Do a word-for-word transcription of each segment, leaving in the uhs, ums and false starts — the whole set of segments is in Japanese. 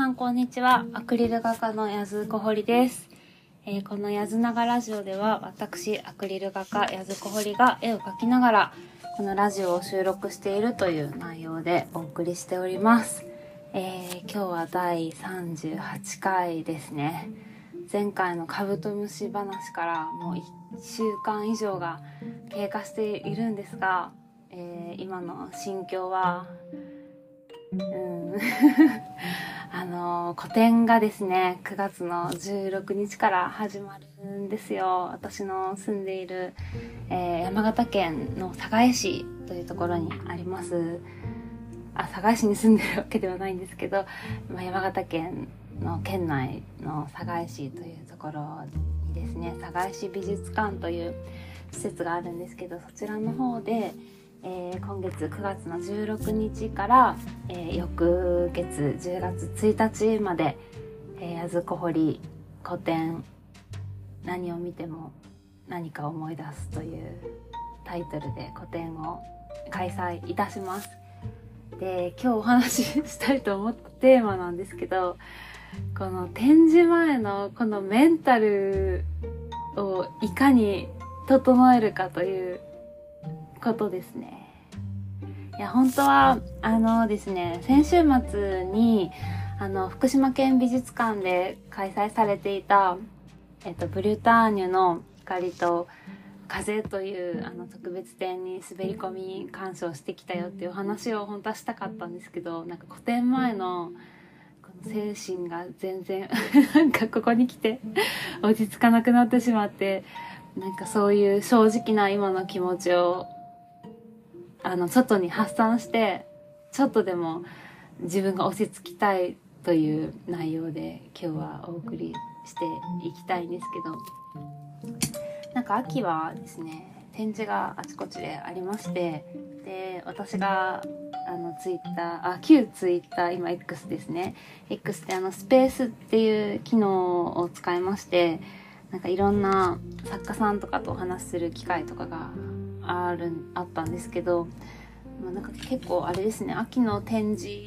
んこんにちは。アクリル画家の矢津小堀です、えー、この矢津長ラジオでは私アクリル画家矢津小堀が絵を描きながらこのラジオを収録しているという内容でお送りしております、えー、今日はだいさんじゅうはちかいですね。前回のカブトムシ話からもういっしゅうかん以上が経過しているんですが、えー、今の心境はうんあの個展がですねくがつのじゅうろくにちから始まるんですよ。私の住んでいる、えー、山形県の寒河江市というところにあります。あ、寒河江市に住んでるわけではないんですけど、まあ、山形県の県内の寒河江市というところにですね、寒河江市美術館という施設があるんですけど、そちらの方でえー、今月くがつのじゅうろくにちから、えー、翌月じゅうがつついたちまで、えー、矢津小堀個展何を見ても何か思い出すというタイトルで個展を開催いたします。で、今日お話ししたいと思ったテーマなんですけど、この展示前のこのメンタルをいかに整えるかということですね。いや本当はあのですね先週末にあの福島県美術館で開催されていた、えっと、ブリュターニュの光と風というあの特別展に滑り込み鑑賞してきたよっていう話を本当はしたかったんですけど、なんか個展前のこの精神が全然なんかここに来て落ち着かなくなってしまって、なんかそういう正直な今の気持ちをあの外に発散してちょっとでも自分が落ち着きたいという内容で今日はお送りしていきたいんですけど、なんか秋はですね展示があちこちでありまして、で私があのツイッターあ旧ツイッター今 X ですね X であのスペースっていう機能を使いまして、なんかいろんな作家さんとかとお話しする機会とかがあるあったんですけど、まあ、なんか結構あれですね、秋の展示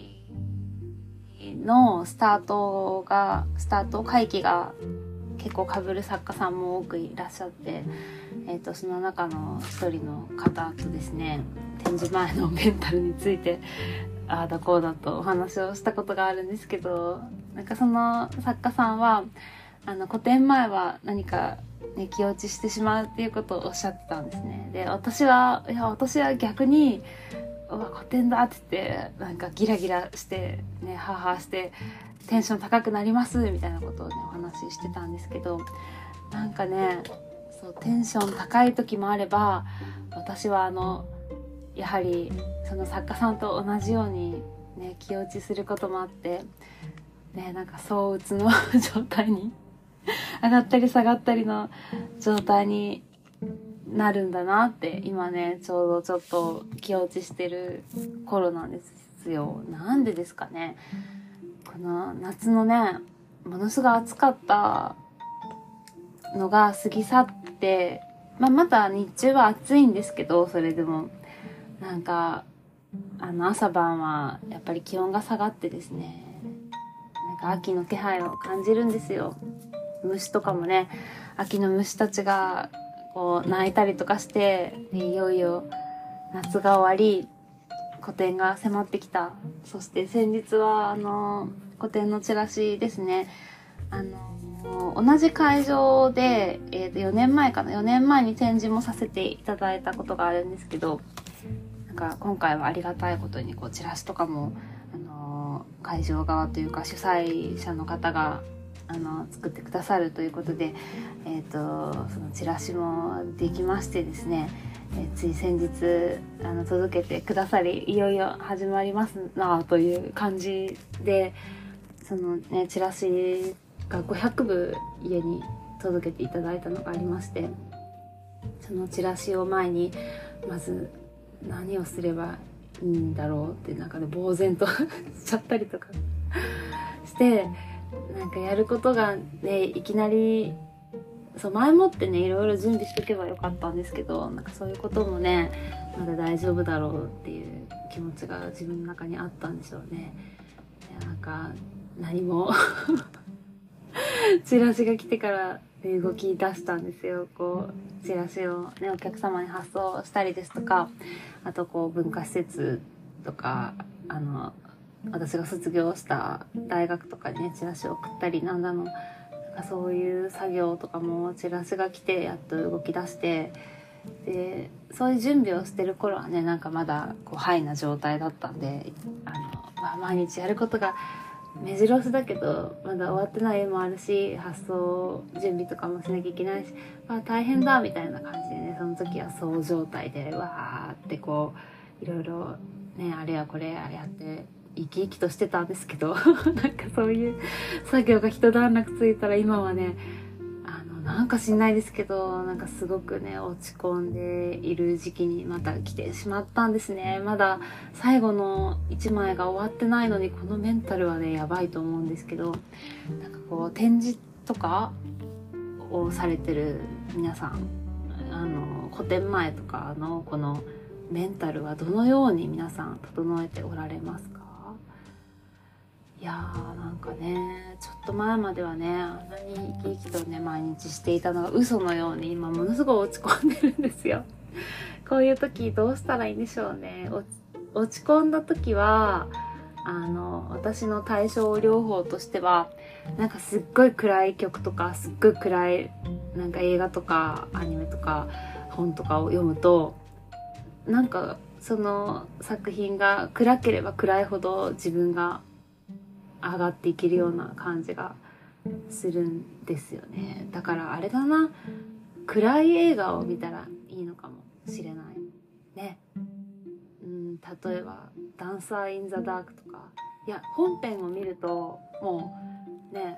のスタートがスタート会期が結構被る作家さんも多くいらっしゃって、えーと、その中の一人の方とですね展示前のメンタルについてああだこうだとお話をしたことがあるんですけど、なんかその作家さんはあの個展前は何かね、気落ちしてしまうっていうことをおっしゃってたんですね。で、私はいや私は逆にうわ古典だって言ってなんかギラギラしてねハーハーしてテンション高くなりますみたいなことをねお話ししてたんですけど、なんかねそうテンション高い時もあれば、私はあのやはりその作家さんと同じようにね気落ちすることもあってね、なんか躁うつの状態に上がったり下がったりの状態になるんだなって今ねちょうどちょっと気落ちしてる頃なんですよ。なんでですかね、この夏のねものすごい暑かったのが過ぎ去って、まあ、また日中は暑いんですけど、それでもなんかあの朝晩はやっぱり気温が下がってですね、なんか秋の気配を感じるんですよ。虫とかもね、秋の虫たちがこう鳴いたりとかして、いよいよ夏が終わり個展が迫ってきた。そして先日はあの個展のチラシですね、あの同じ会場で、えー、とよねんまえかなよねんまえに展示もさせていただいたことがあるんですけど、なんか今回はありがたいことにこうチラシとかもあの会場側というか主催者の方があの作ってくださるということで、えーと、そのチラシもできましてですね、えー、つい先日あの届けてくださり、いよいよ始まりますなという感じで、そのねチラシがごひゃくぶ家に届けていただいたのがありまして、そのチラシを前にまず何をすればいいんだろうってなんかで呆然としちゃったりとかして、なんかやることがねいきなりそう前もってねいろいろ準備しとけばよかったんですけど、なんかそういうこともねまだ大丈夫だろうっていう気持ちが自分の中にあったんでしょうね。なんか何もチラシが来てから動き出したんですよ。こうチラシをねお客様に発送したりですとか、あとこう文化施設とか、あの私が卒業した大学とかにねチラシを送ったりなんだの、なんかそういう作業とかもチラシが来てやっと動き出して、でそういう準備をしてる頃はねなんかまだこうハイな状態だったんで、あの、まあ、毎日やることが目白押しだけどまだ終わってない絵もあるし、発送準備とかもしなきゃいけないし、あ大変だみたいな感じでね、その時はそう状態でわーってこういろいろねあれやこれややって生き生きとしてたんですけどなんかそういう作業が一段落ついたら今はね、あのなんか知んないですけどなんかすごくね落ち込んでいる時期にまた来てしまったんですね。まだ最後のいちまいが終わってないのにこのメンタルはねやばいと思うんですけど、なんかこう展示とかをされてる皆さん、あの個展前とかのこのメンタルはどのように皆さん整えておられますか？いやーなんかねちょっと前まではねあんなに生き生きとね毎日していたのが嘘のように今ものすごい落ち込んでるんですよ。こういう時どうしたらいいんでしょうね。落ち込んだ時はあの私の対症療法としてはなんかすっごい暗い曲とかすっごい暗いなんか映画とかアニメとか本とかを読むと、なんかその作品が暗ければ暗いほど自分が上がっていけるような感じがするんですよね。だからあれだな、暗い映画を見たらいいのかもしれないね。うん、例えばダンサー・イン・ザ・ダークとか、いや本編を見るともうね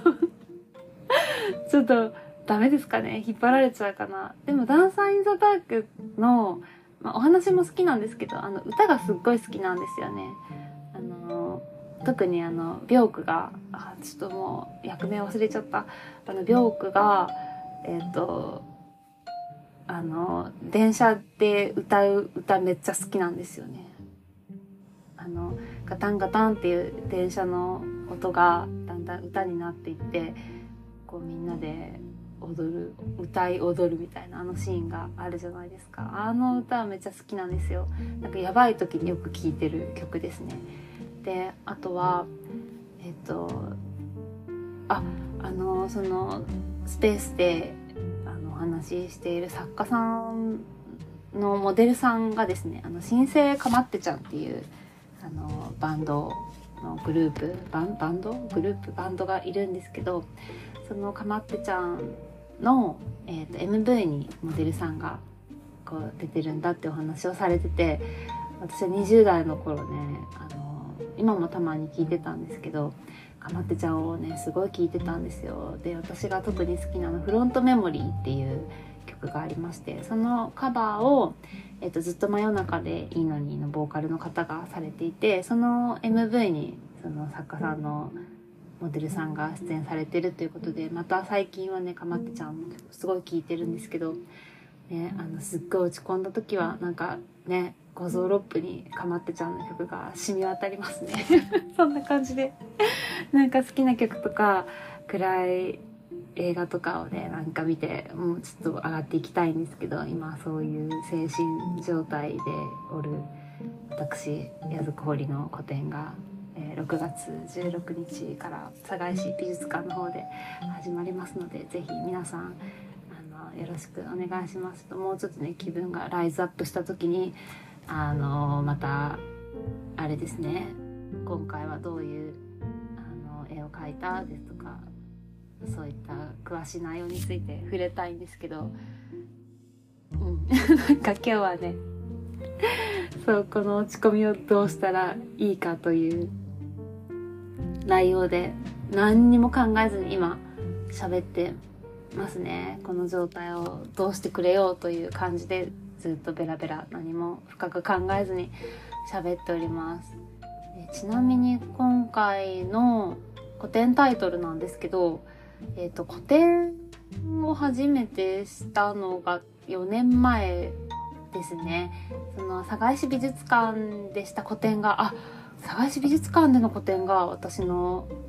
ちょっとダメですかね、引っ張られちゃうかな。でもダンサー・イン・ザ・ダークの、まあ、お話も好きなんですけど、あの歌がすっごい好きなんですよね。あの特にあのビョークがあちょっともう役名忘れちゃった、あのビョークがえっ、ー、とあの電車で歌う歌めっちゃ好きなんですよね。あのガタンガタンっていう電車の音がだんだん歌になっていって、こうみんなで踊る歌い踊るみたいなあのシーンがあるじゃないですか。あの歌はめっちゃ好きなんですよ。なんかやばい時によく聴いてる曲ですね。であとはえっとああのそのスペースであのお話ししている作家さんのモデルさんがですね、あの新生かまってちゃんっていうあのバンドのグループバンバンドグループバンドがいるんですけど、そのかまってちゃんの、えーと、エムブイ にモデルさんがこう出てるんだってお話をされてて、私はにじゅう代の頃ね、あの今もたまに聞いてたんですけど、かまってちゃんをねすごい聞いてたんですよ。で私が特に好きなのフロントメモリーっていう曲がありまして、そのカバーを、えーと、ずっと真夜中でいいのにのボーカルの方がされていて、その エムブイ にその作家さんのモデルさんが出演されてるということで、また最近はねかまってちゃんの曲すごい聴いてるんですけど、ね、あのすっごい落ち込んだ時はなんかね五臓六腑にかまってちゃんの曲が染み渡りますねそんな感じでなんか好きな曲とか暗い映画とかをねなんか見てもうちょっと上がっていきたいんですけど、今そういう精神状態でおる私矢津堀の個展がろくがつじゅうろくにちから寒河江市美術館の方で始まりますので、ぜひ皆さんあのよろしくお願いします。ともうちょっとね気分がライズアップした時にあのまたあれですね、今回はどういうあの絵を描いたですとかそういった詳しい内容について触れたいんですけど、うんなんか今日はねそうこの落ち込みをどうしたらいいかという内容で何にも考えずに今喋ってますね。この状態をどうしてくれようという感じでずっとベラベラ何も深く考えずに喋っております。ちなみに今回の個展タイトルなんですけど、えーと、個展を初めてしたのがよねんまえですね。その寒河江市美術館でした個展があ寒河江市美術館での個展が私の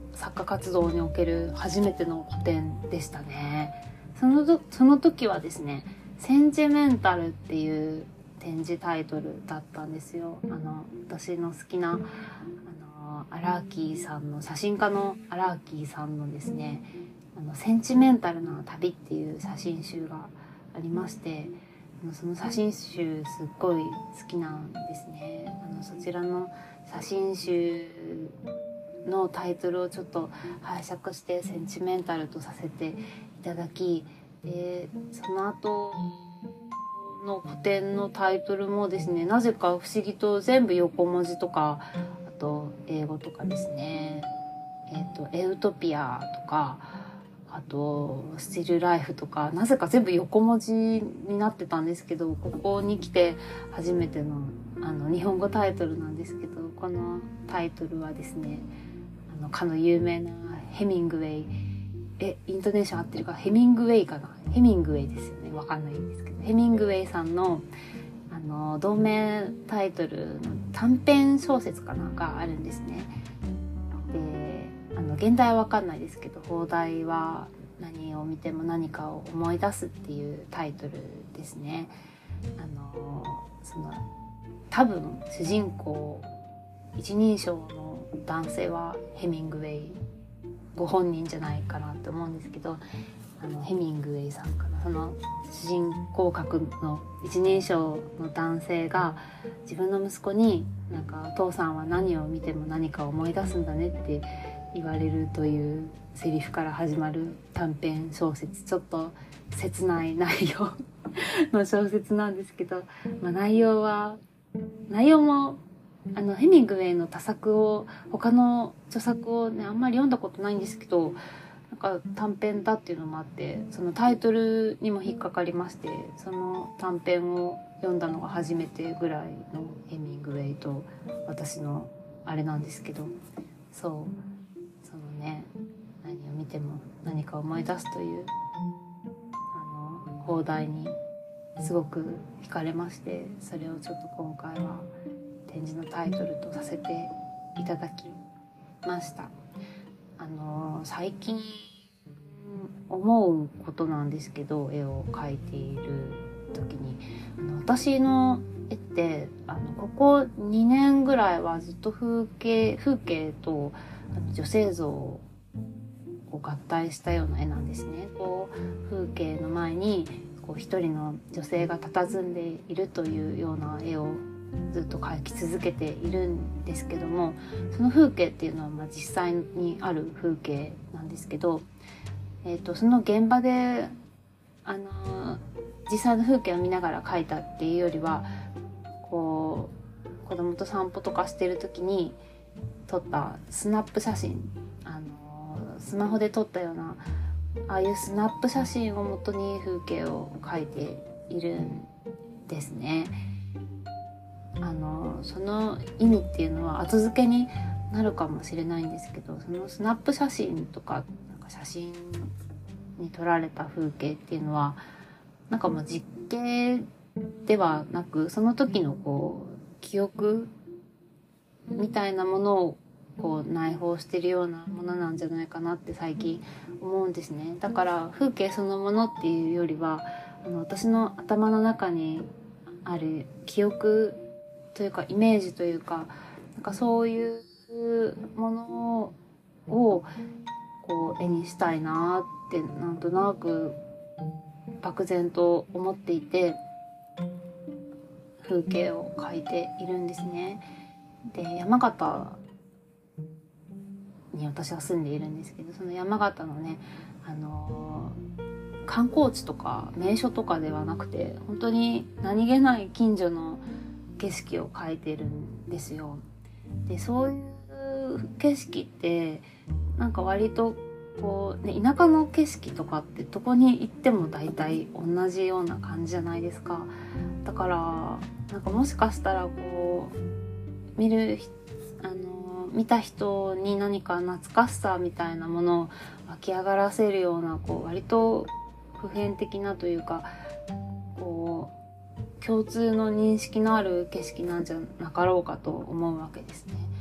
作家活動における初めての個展でしたね。そのとその時はですね、センチメンタルっていう展示タイトルだったんですよ。あの私の好きなあのアラーキーさんの、写真家のアラーキーさんのですね、あのセンチメンタルな旅っていう写真集がありまして、その写真集すっごい好きなんですね。あのそちらの写真集のタイトルをちょっと拝借してセンチメンタルとさせていただき、でその後の個展のタイトルもですね、なぜか不思議と全部横文字とか、あと英語とかですね、えっとエウトピアとか、あとスティルライフとか、なぜか全部横文字になってたんですけど、ここに来て初めてのあの日本語タイトルなんですけど、このタイトルはですね、あのかの有名なヘミングウェイ、えイントネーション合ってるか、ヘミングウェイかな、ヘミングウェイですよね、わかんないんですけど、ヘミングウェイさんのあの同名タイトルの短編小説かながあるんですね。であの現代はわかんないですけど、放題は何を見ても何かを思い出すっていうタイトルですね。あのその多分主人公一人称の男性はヘミングウェイご本人じゃないかなと思うんですけど、あのヘミングウェイさんかな、その主人公格の一人称の男性が自分の息子になんか、父さんは何を見ても何かを思い出すんだねって言われるというセリフから始まる短編小説、ちょっと切ない内容の小説なんですけど、まあ、内容は内容もあのヘミングウェイの他作を、他の著作をねあんまり読んだことないんですけど、なんか短編だっていうのもあって、そのタイトルにも引っかかりまして、その短編を読んだのが初めてぐらいのヘミングウェイと私のあれなんですけど、そうそのね、何を見ても何か思い出すというあの放題にすごく惹かれまして、それをちょっと今回は展示のタイトルとさせていただきました。あの最近思うことなんですけど、絵を描いている時に、あの私の絵ってあのここにねんぐらいはずっと風景風景とあの女性像を合体したような絵なんですね。こう風景の前にこう一人の女性が佇んでいるというような絵をずっと描き続けているんですけども、その風景っていうのはまあ実際にある風景なんですけど、えーと、その現場であの実際の風景を見ながら描いたっていうよりは、こう子供と散歩とかしてる時に撮ったスナップ写真、あのスマホで撮ったようなああいうスナップ写真をもとに風景を描いているんですね。あのその意味っていうのは後付けになるかもしれないんですけど、そのスナップ写真とか、なんか写真に撮られた風景っていうのはなんかもう実景ではなく、その時のこう記憶みたいなものをこう内包してるようなものなんじゃないかなって最近思うんですね。だから風景そのものっていうよりは、あの私の頭の中にある記憶というかイメージというか、なんかそういうものをこう絵にしたいなってなんとなく漠然と思っていて、風景を描いているんですね。で、山形に私は住んでいるんですけど、その山形のね、あのー、観光地とか名所とかではなくて、本当に何気ない近所の景色を描いてるんですよ。で、そういう景色ってなんか割とこう、ね、田舎の景色とかってどこに行っても大体同じような感じじゃないですか。だからなんかもしかしたらこう見るあの見た人に何か懐かしさみたいなものを湧き上がらせるような、こう割と普遍的なというか、こう共通の認識のある景色なんじゃなかろうかと思うわけですね。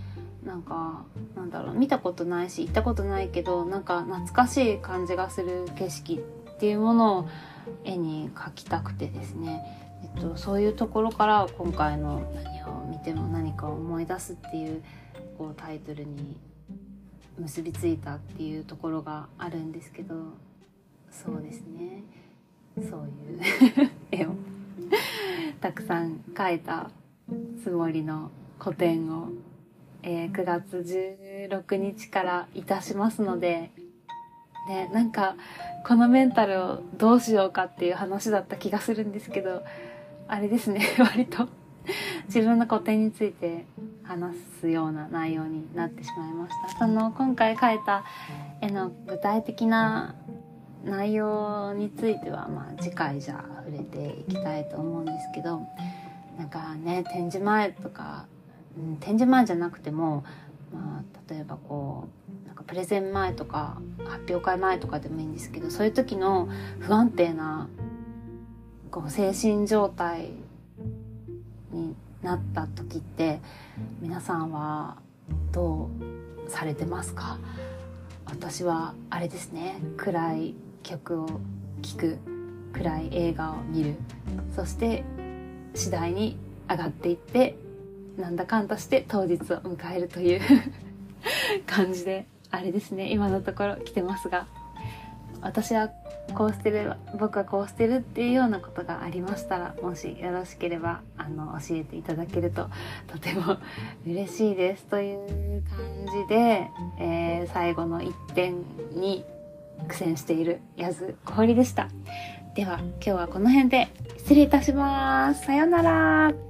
なんかなんだろう、見たことないし行ったことないけどなんか懐かしい感じがする景色っていうものを絵に描きたくてですね、えっと、そういうところから今回の「何を見ても何かを思い出す」っていう、こうタイトルに結びついたっていうところがあるんですけど、そうですね、そういう絵をたくさん描いたつもりの個展を、えー、くがつじゅうろくにちからいたしますので、ね、なんかこのメンタルをどうしようかっていう話だった気がするんですけど、あれですね割と自分の個展について話すような内容になってしまいました。その今回描いた絵の具体的な内容については、まあ、次回じゃあ触れていきたいと思うんですけど、なんかね、展示前とか、うん、展示前じゃなくても、まあ、例えばこうなんかプレゼン前とか発表会前とかでもいいんですけど、そういう時の不安定なこう精神状態になった時って皆さんはどうされてますか？私はあれですね、暗い曲を聴く、暗い映画を見る、そして次第に上がっていってなんだかんだして当日を迎えるという感じで、あれですね、今のところ来てますが、私はこうしてる、僕はこうしてるっていうようなことがありましたら、もしよろしければあの教えていただけるととても嬉しいですという感じで、えー、最後の一点に苦戦している谷津小堀でした。では今日はこの辺で失礼いたします。さようなら。